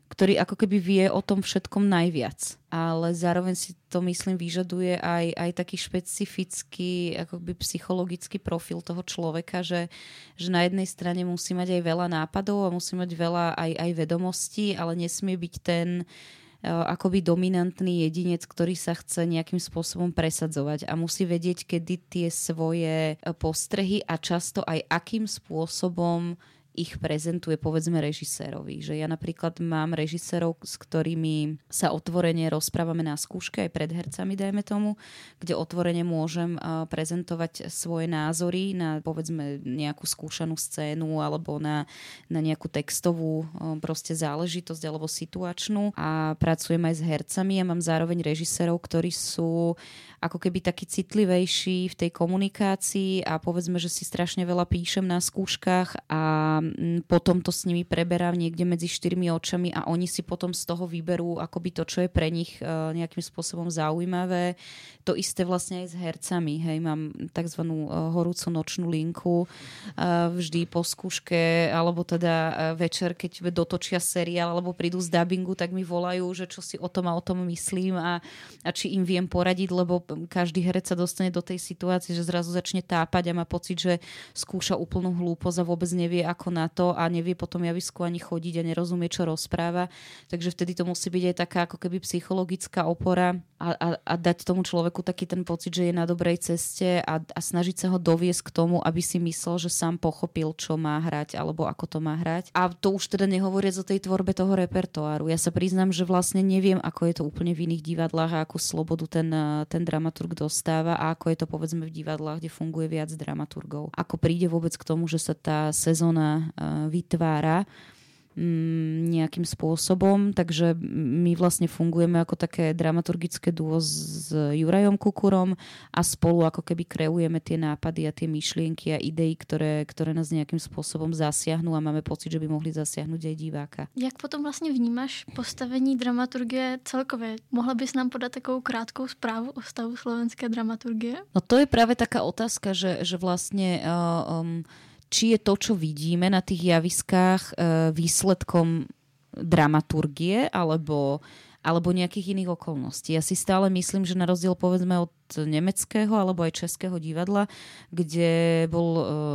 ktorý ako keby vie o tom všetkom najviac. Ale zároveň si to, myslím, vyžaduje aj taký špecifický akoby psychologický profil toho človeka, že na jednej strane musí mať aj veľa nápadov a musí mať veľa aj vedomostí, ale nesmie byť ten akoby dominantný jedinec, ktorý sa chce nejakým spôsobom presadzovať a musí vedieť, kedy tie svoje postrehy a často aj akým spôsobom ich prezentuje, povedzme, režisérovi. Že ja napríklad mám režisérov, s ktorými sa otvorene rozprávame na skúške, aj pred hercami, dajme tomu, kde otvorene môžem prezentovať svoje názory na, povedzme, nejakú skúšanú scénu alebo na nejakú textovú proste záležitosť alebo situačnú a pracujem aj s hercami a mám zároveň režisérov, ktorí sú ako keby taký citlivejší v tej komunikácii a povedzme, že si strašne veľa píšem na skúškach a potom to s nimi preberám niekde medzi štyrmi očami a oni si potom z toho vyberú akoby to, čo je pre nich nejakým spôsobom zaujímavé. To isté vlastne aj s hercami. Hej, mám takzvanú horúcu nočnú linku vždy po skúške alebo teda večer, keď dotočia seriál alebo prídu z dabingu, tak mi volajú, že čo si o tom a o tom myslím a či im viem poradiť, lebo každý herec sa dostane do tej situácie, že zrazu začne tápať a má pocit, že skúša úplnú hlúposť a vôbec nevie ako na to a nevie potom javisku ani chodiť a nerozumie, čo rozpráva. Takže vtedy to musí byť aj taká ako keby psychologická opora a dať tomu človeku taký ten pocit, že je na dobrej ceste a snažiť sa ho doviesť k tomu, aby si myslel, že sám pochopil, čo má hrať alebo ako to má hrať. A to už teda nehovoriac o tej tvorbe toho repertoáru. Ja sa priznám, že vlastne neviem, ako je to úplne v iných divadlách a akú slobodu ten dramaturg dostáva a ako je to povedzme v divadlách, kde funguje viac dramaturgov. Ako príde vôbec k tomu, že sa tá sezóna vytvára nejakým spôsobom, takže my vlastne fungujeme ako také dramaturgické duo s Jurajom Kukurom a spolu ako keby kreujeme tie nápady a tie myšlienky a idei, ktoré nás nejakým spôsobom zasiahnu a máme pocit, že by mohli zasiahnuť aj diváka. Jak potom vlastně vnímáš postavení dramaturgie celkově? Mohla bys nám podat takovou krátkou zprávu o stavu slovenské dramaturgie? No to je práve taká otázka, že vlastne či je to, čo vidíme na tých javiskách výsledkom dramaturgie alebo nejakých iných okolností. Ja si stále myslím, že na rozdiel povedzme od nemeckého alebo aj českého divadla, kde bol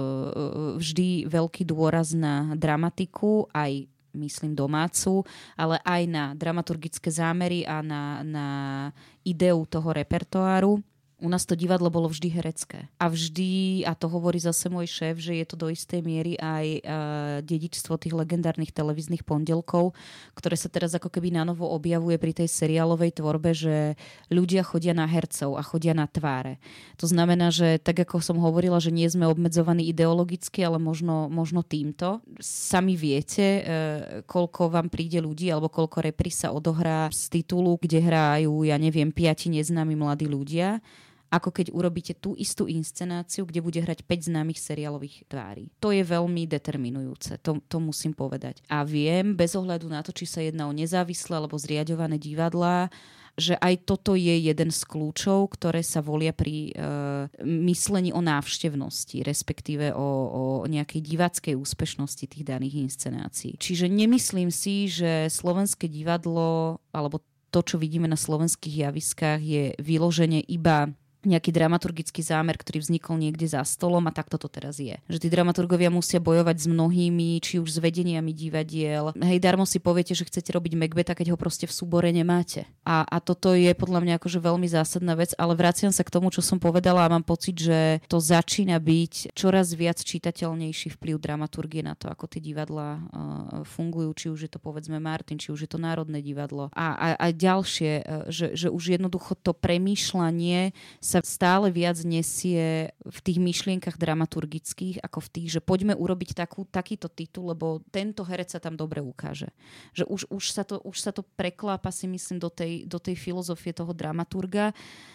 vždy veľký dôraz na dramatiku, aj myslím domácu, ale aj na dramaturgické zámery a na ideu toho repertoáru. U nás to divadlo bolo vždy herecké. A vždy, a to hovorí zase môj šéf, že je to do istej miery aj dedičstvo tých legendárnych televíznych pondelkov, ktoré sa teraz ako keby nanovo objavuje pri tej seriálovej tvorbe, že ľudia chodia na hercov a chodia na tváre. To znamená, že tak ako som hovorila, že nie sme obmedzovaní ideologicky, ale možno týmto. Sami viete, koľko vám príde ľudí alebo koľko repríz sa odohrá z titulu, kde hrajú, ja neviem, 5 neznámi mladí ľudia, ako keď urobíte tú istú inscenáciu, kde bude hrať 5 známych seriálových tvári. To je veľmi determinujúce, to musím povedať. A viem, bez ohľadu na to, či sa jedná o nezávislé alebo zriaďované divadlá, že aj toto je jeden z kľúčov, ktoré sa volia pri myslení o návštevnosti, respektíve o nejakej diváckej úspešnosti tých daných inscenácií. Čiže nemyslím si, že slovenské divadlo alebo to, čo vidíme na slovenských javiskách, je vyloženie iba nejaký dramaturgický zámer, ktorý vznikol niekde za stolom a takto to teraz je. Že tí dramaturgovia musia bojovať s mnohými, či už s vedeniami divadiel. Hej, darmo si poviete, že chcete robiť Macbetha, keď ho proste v súbore nemáte. A toto je podľa mňa akože veľmi zásadná vec, ale vraciam sa k tomu, čo som povedala a mám pocit, že to začína byť čoraz viac čitateľnejší vplyv dramaturgie na to, ako tie divadlá fungujú, či už je to povedzme Martin, či už je to Národné divadlo. A ďalšie, že už jednoducho to premýšľanie sa stále viac nesie v tých myšlienkach dramaturgických ako v tých, že poďme urobiť takýto titul, lebo tento herec sa tam dobre ukáže. Že už sa to preklápa si myslím do tej filozofie toho dramaturga.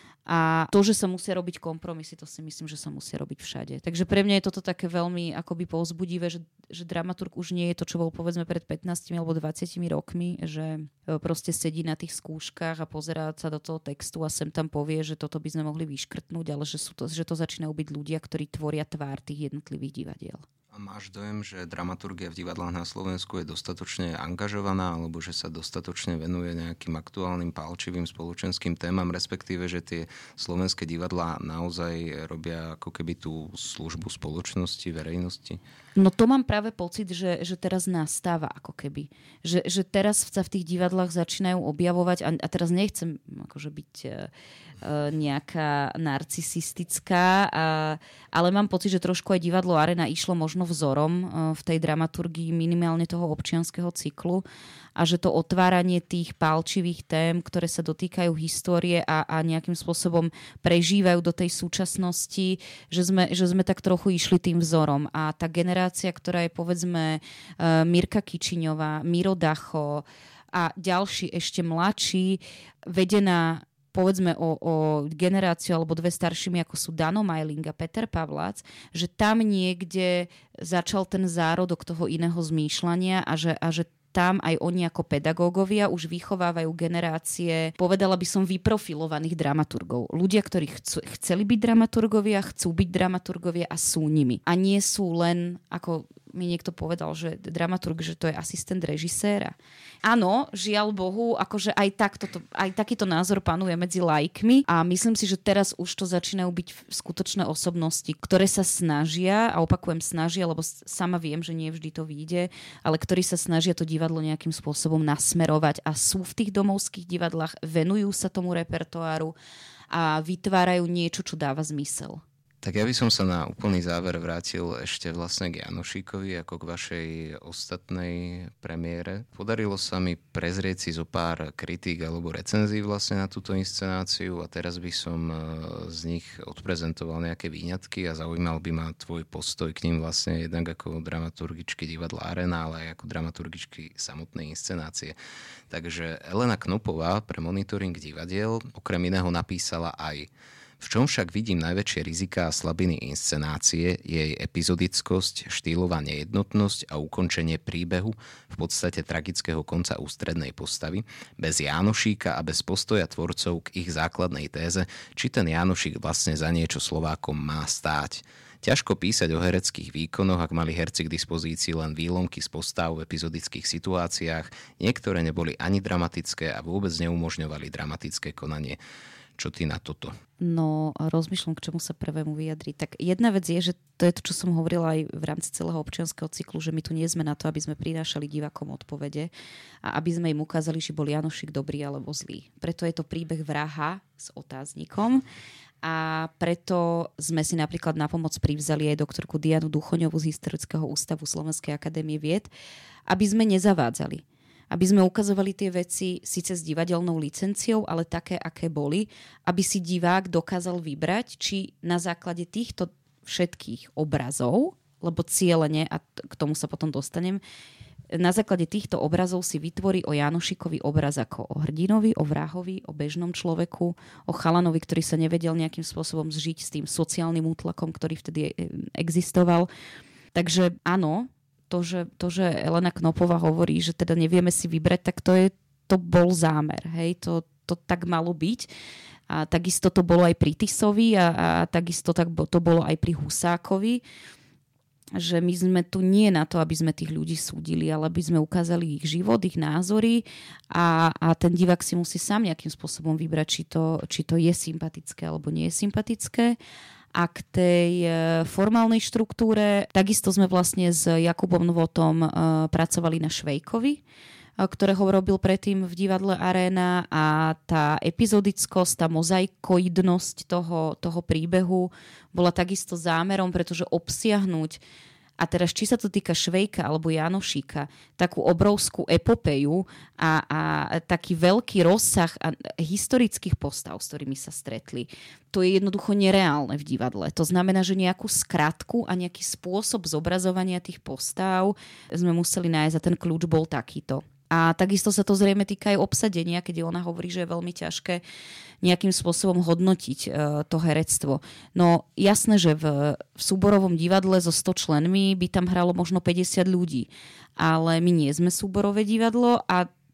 A to, že sa musia robiť kompromisy, to si myslím, že sa musia robiť všade. Takže pre mňa je toto také veľmi akoby povzbudivé, že dramaturg už nie je to, čo bol povedzme pred 15 alebo 20 rokmi, že proste sedí na tých skúškach a pozerá sa do toho textu a sem tam povie, že toto by sme mohli vyškrtnúť, ale že to začínajú byť ľudia, ktorí tvoria tvár tých jednotlivých divadiel. A máš dojem, že dramaturgia v divadlách na Slovensku je dostatočne angažovaná alebo že sa dostatočne venuje nejakým aktuálnym pálčivým spoločenským témam, respektíve, že tie slovenské divadlá naozaj robia ako keby tú službu spoločnosti, verejnosti? No to mám práve pocit, že teraz nastáva ako keby. Že teraz sa v tých divadlách začínajú objavovať a teraz nechcem akože byť nejaká narcisistická, ale mám pocit, že trošku aj divadlo Arena išlo možno vzorom v tej dramaturgii minimálne toho občianskeho cyklu a že to otváranie tých pálčivých tém, ktoré sa dotýkajú histórie a nejakým spôsobom prežívajú do tej súčasnosti, že sme tak trochu išli tým vzorom. A tá generácia, ktorá je povedzme Mirka Kičiňová, Miro Dacho a ďalší ešte mladší, vedená povedzme o generáciu alebo dve staršími, ako sú Dano Majling a Peter Pavlác, že tam niekde začal ten zárodok toho iného zmýšľania a že tam aj oni ako pedagógovia už vychovávajú generácie, povedala by som, vyprofilovaných dramaturgov. Ľudia, ktorí chceli byť dramaturgovia, chcú byť dramaturgovia a sú nimi. A nie sú len, ako mi niekto povedal, že dramaturg, že to je asistent režiséra. Áno, žiaľ Bohu, akože aj takýto názor panuje medzi laikmi a myslím si, že teraz už to začínajú byť skutočné osobnosti, ktoré sa snažia, a opakujem snažia, lebo sama viem, že nie vždy to vyjde, ale ktorí sa snažia to divadlo nejakým spôsobom nasmerovať a sú v tých domovských divadlách, venujú sa tomu repertoáru a vytvárajú niečo, čo dáva zmysel. Tak ja by som sa na úplný záver vrátil ešte vlastne k Janošíkovi ako k vašej ostatnej premiére. Podarilo sa mi prezrieť si zo pár kritík alebo recenzií vlastne na túto inscenáciu a teraz by som z nich odprezentoval nejaké výňatky a zaujímal by ma tvoj postoj k ním vlastne jednak ako dramaturgičky divadla Arena, ale aj ako dramaturgičky samotnej inscenácie. Takže Elena Knopová pre Monitoring divadiel okrem iného napísala aj: v čom však vidím najväčšie riziká a slabiny inscenácie je jej epizodickosť, štýlová nejednotnosť a ukončenie príbehu, v podstate tragického konca ústrednej postavy, bez Jánošíka a bez postoja tvorcov k ich základnej téze, či ten Jánošík vlastne za niečo Slovákom má stáť. Ťažko písať o hereckých výkonoch, ak mali herci k dispozícii len výlomky z postav v epizodických situáciách, niektoré neboli ani dramatické a vôbec neumožňovali dramatické konanie. Čo ty na toto? No, rozmýšľam, k čomu sa prvému vyjadriť. Tak jedna vec je, že to je to, čo som hovorila aj v rámci celého občianskeho cyklu, že my tu nie sme na to, aby sme prinášali divákom odpovede a aby sme im ukázali, či bol Janošík dobrý alebo zlý. Preto je to príbeh vraha s otáznikom a preto sme si napríklad na pomoc privzali aj doktorku Dianu Duchoňovú z Historického ústavu Slovenskej akadémie vied, aby sme nezavádzali. Aby sme ukazovali tie veci síce s divadelnou licenciou, ale také, aké boli, aby si divák dokázal vybrať, či na základe týchto všetkých obrazov, lebo cieľene, a k tomu sa potom dostanem, na základe týchto obrazov si vytvorí o Janošíkovi obraz ako o hrdinovi, o vrahovi, o bežnom človeku, o chalanovi, ktorý sa nevedel nejakým spôsobom zžiť s tým sociálnym útlakom, ktorý vtedy existoval. Takže áno, to, že Elena Knopová hovorí, že teda nevieme si vybrať, tak to bol zámer. Hej? To tak malo byť. A takisto to bolo aj pri Tisovi a takisto to bolo aj pri Husákovi. Že my sme tu nie na to, aby sme tých ľudí súdili, ale aby sme ukázali ich život, ich názory a ten divák si musí sám nejakým spôsobom vybrať, či to je sympatické alebo nie je sympatické. A k tej formálnej štruktúre, takisto sme vlastne s Jakubom Nvotom pracovali na Švejkovi, ktorého robil predtým v divadle Arena a tá epizodickosť, tá mozaikoidnosť toho príbehu bola takisto zámerom, pretože obsiahnuť, a teraz či sa to týka Švejka alebo Janošíka, takú obrovskú epopeju a taký veľký rozsah historických postav, s ktorými sa stretli, to je jednoducho nereálne v divadle. To znamená, že nejakú skratku a nejaký spôsob zobrazovania tých postav sme museli nájsť a ten kľúč bol takýto. A takisto sa to zrejme týka aj obsadenia, keď ona hovorí, že je veľmi ťažké nejakým spôsobom hodnotiť to herectvo. No jasné, že v súborovom divadle so 100 členmi by tam hralo možno 50 ľudí. Ale my nie sme súborové divadlo a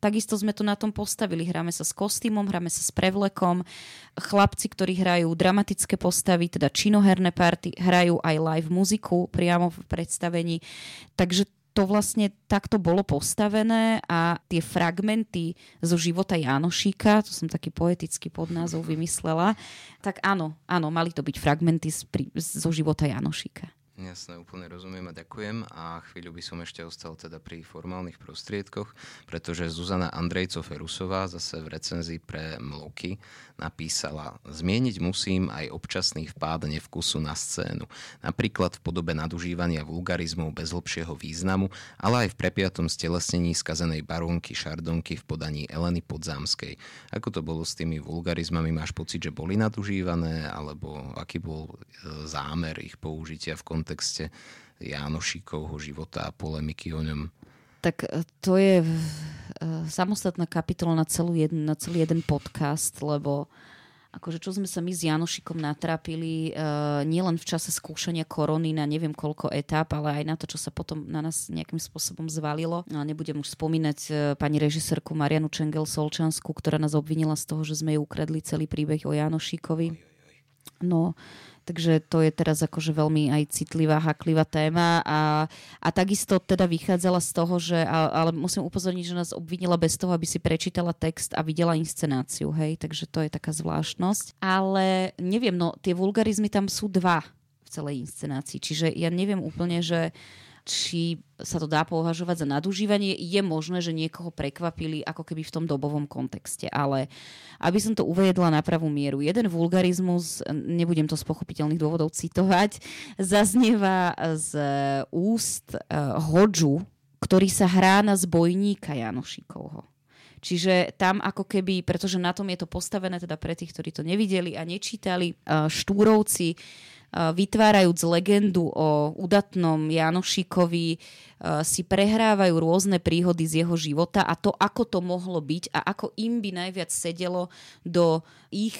Takisto sme to na tom postavili. Hráme sa s kostýmom, hráme sa s prevlekom. Chlapci, ktorí hrajú dramatické postavy, teda činoherné party, hrajú aj live muziku priamo v predstavení. Takže to vlastne takto bolo postavené a tie fragmenty zo života Jánošíka, to som taký poetický podnázov vymyslela, tak áno, mali to byť fragmenty zo života Jánošíka. Jasné, úplne rozumiem a ďakujem. A chvíľu by som ešte ostal teda pri formálnych prostriedkoch, pretože Zuzana Andrejco-Ferusová zase v recenzii pre Mloky napísala: zmieniť musím aj občasný vpád nevkusu na scénu. Napríklad v podobe nadužívania vulgarizmov bez hlbšieho významu, ale aj v prepiatom stelesnení skazenej barónky Šardonky v podaní Eleny Podzámskej. Ako to bolo s tými vulgarizmami? Máš pocit, že boli nadužívané, alebo aký bol zámer ich použitia v kontexte Jánošíkovho života a polemiky o ňom? Tak to je samostatná kapitola na celý jeden podcast, lebo akože čo sme sa my s Jánošíkom natrápili nielen v čase skúšania korony na neviem koľko etáp, ale aj na to, čo sa potom na nás nejakým spôsobom zvalilo. Nebudem už spomínať pani režisérku Marianu Čengel-Solčanskú, ktorá nás obvinila z toho, že sme jej ukradli celý príbeh o Jánošíkovi. No, takže to je teraz akože veľmi aj citlivá, haklivá téma a takisto teda vychádzala z toho, že, ale musím upozorniť, že nás obvinila bez toho, aby si prečítala text a videla inscenáciu, hej, takže to je taká zvláštnosť. Ale neviem, no tie vulgarizmy tam sú dva v celej inscenácii, čiže ja neviem úplne, že či sa to dá považovať za nadužívanie. Je možné, že niekoho prekvapili ako keby v tom dobovom kontexte, ale aby som to uviedla na pravú mieru, jeden vulgarizmus, nebudem to z pochopiteľných dôvodov citovať, zaznieva z úst hodžu, ktorý sa hrá na zbojníka Jánošíkovho. Čiže tam ako keby, pretože na tom je to postavené, teda pre tých, ktorí to nevideli a nečítali, Štúrovci vytvárajúc legendu o udatnom Jánošíkovi si prehrávajú rôzne príhody z jeho života a to, ako to mohlo byť a ako im by najviac sedelo do ich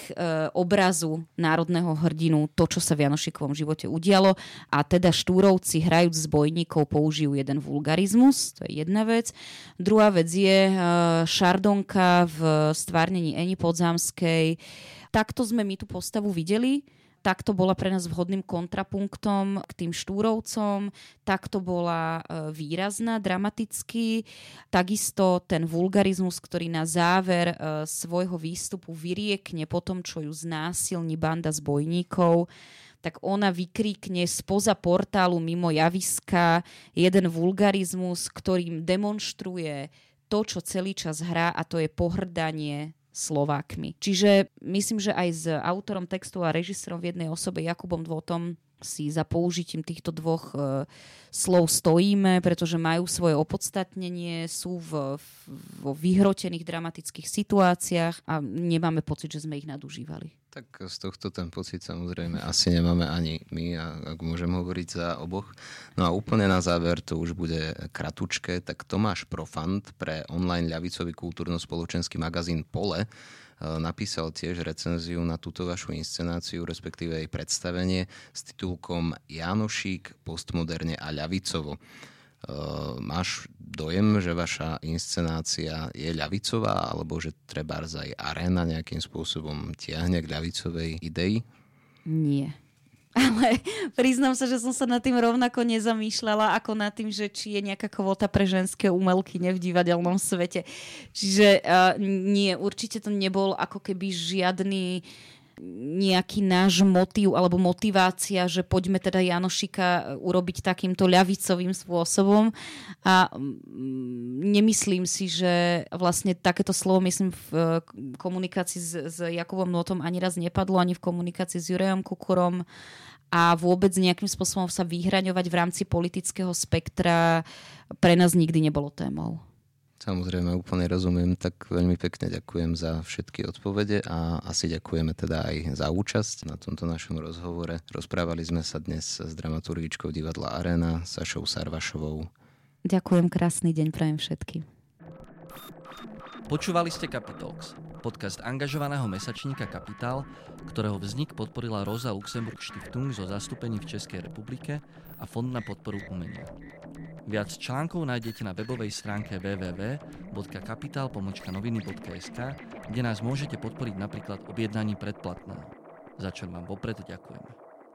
obrazu národného hrdinu to, čo sa v Jánošíkovom živote udialo. A teda Štúrovci hrajúc zbojníkov použijú jeden vulgarizmus, to je jedna vec. Druhá vec je Šardonka v stvárnení Eni Podzámskej. Takto sme my tú postavu videli. Takto bola pre nás vhodným kontrapunktom k tým Štúrovcom, takto bola výrazná, dramaticky. Takisto ten vulgarizmus, ktorý na záver svojho výstupu vyriekne po tom, čo ju znásilní banda zbojníkov, tak ona vykríkne spoza portálu mimo javiska jeden vulgarizmus, ktorým demonštruje to, čo celý čas hrá, a to je pohrdanie Slovákmi. Čiže myslím, že aj s autorom textu a režisérom v jednej osobe Jakubom Dvotom si za použitím týchto dvoch slov stojíme, pretože majú svoje opodstatnenie, sú vo vyhrotených dramatických situáciách a nemáme pocit, že sme ich nadužívali. Tak z tohto ten pocit samozrejme asi nemáme ani my, ak môžem hovoriť za oboch. No a úplne na záver, to už bude kratučké, tak Tomáš Profant pre online ľavicový kultúrno-spoločenský magazín Pole napísal tiež recenziu na túto vašu inscenáciu, respektíve jej predstavenie s titulkom Jánošík postmoderne a ľavicovo. Máš dojem, že vaša inscenácia je ľavicová, alebo že trebárs aj Aréna nejakým spôsobom tiahne k ľavicovej idei? Nie. Ale priznám sa, že som sa nad tým rovnako nezamýšľala ako nad tým, že či je nejaká kvóta pre ženské umelkyne v divadelnom svete. Čiže nie, určite to nebol ako keby žiadny nejaký náš motív alebo motivácia, že poďme teda Jánošíka urobiť takýmto ľavicovým spôsobom. A nemyslím si, že vlastne takéto slovo, myslím, v komunikácii s Jakubom Dvotom ani raz nepadlo, ani v komunikácii s Jurajom Kukurom, a vôbec nejakým spôsobom sa vyhraňovať v rámci politického spektra pre nás nikdy nebolo témou. Samozrejme, úplne rozumiem, tak veľmi pekne ďakujem za všetky odpovede a asi ďakujeme teda aj za účasť na tomto našom rozhovore. Rozprávali sme sa dnes s dramaturgičkou divadla Aréna, Sašou Sarvašovou. Ďakujem, krásny deň prajem všetkým. Počúvali ste Capitalx, podcast angažovaného mesačníka Kapitál, ktorého vznik podporila Rosa Luxemburg Stiftung zo zastúpení v Českej republike a Fond na podporu umenia. Viac článkov nájdete na webovej stránke www.kapital.noviny.sk, kde nás môžete podporiť napríklad objednaním predplatného, za čo vám vopred ďakujeme.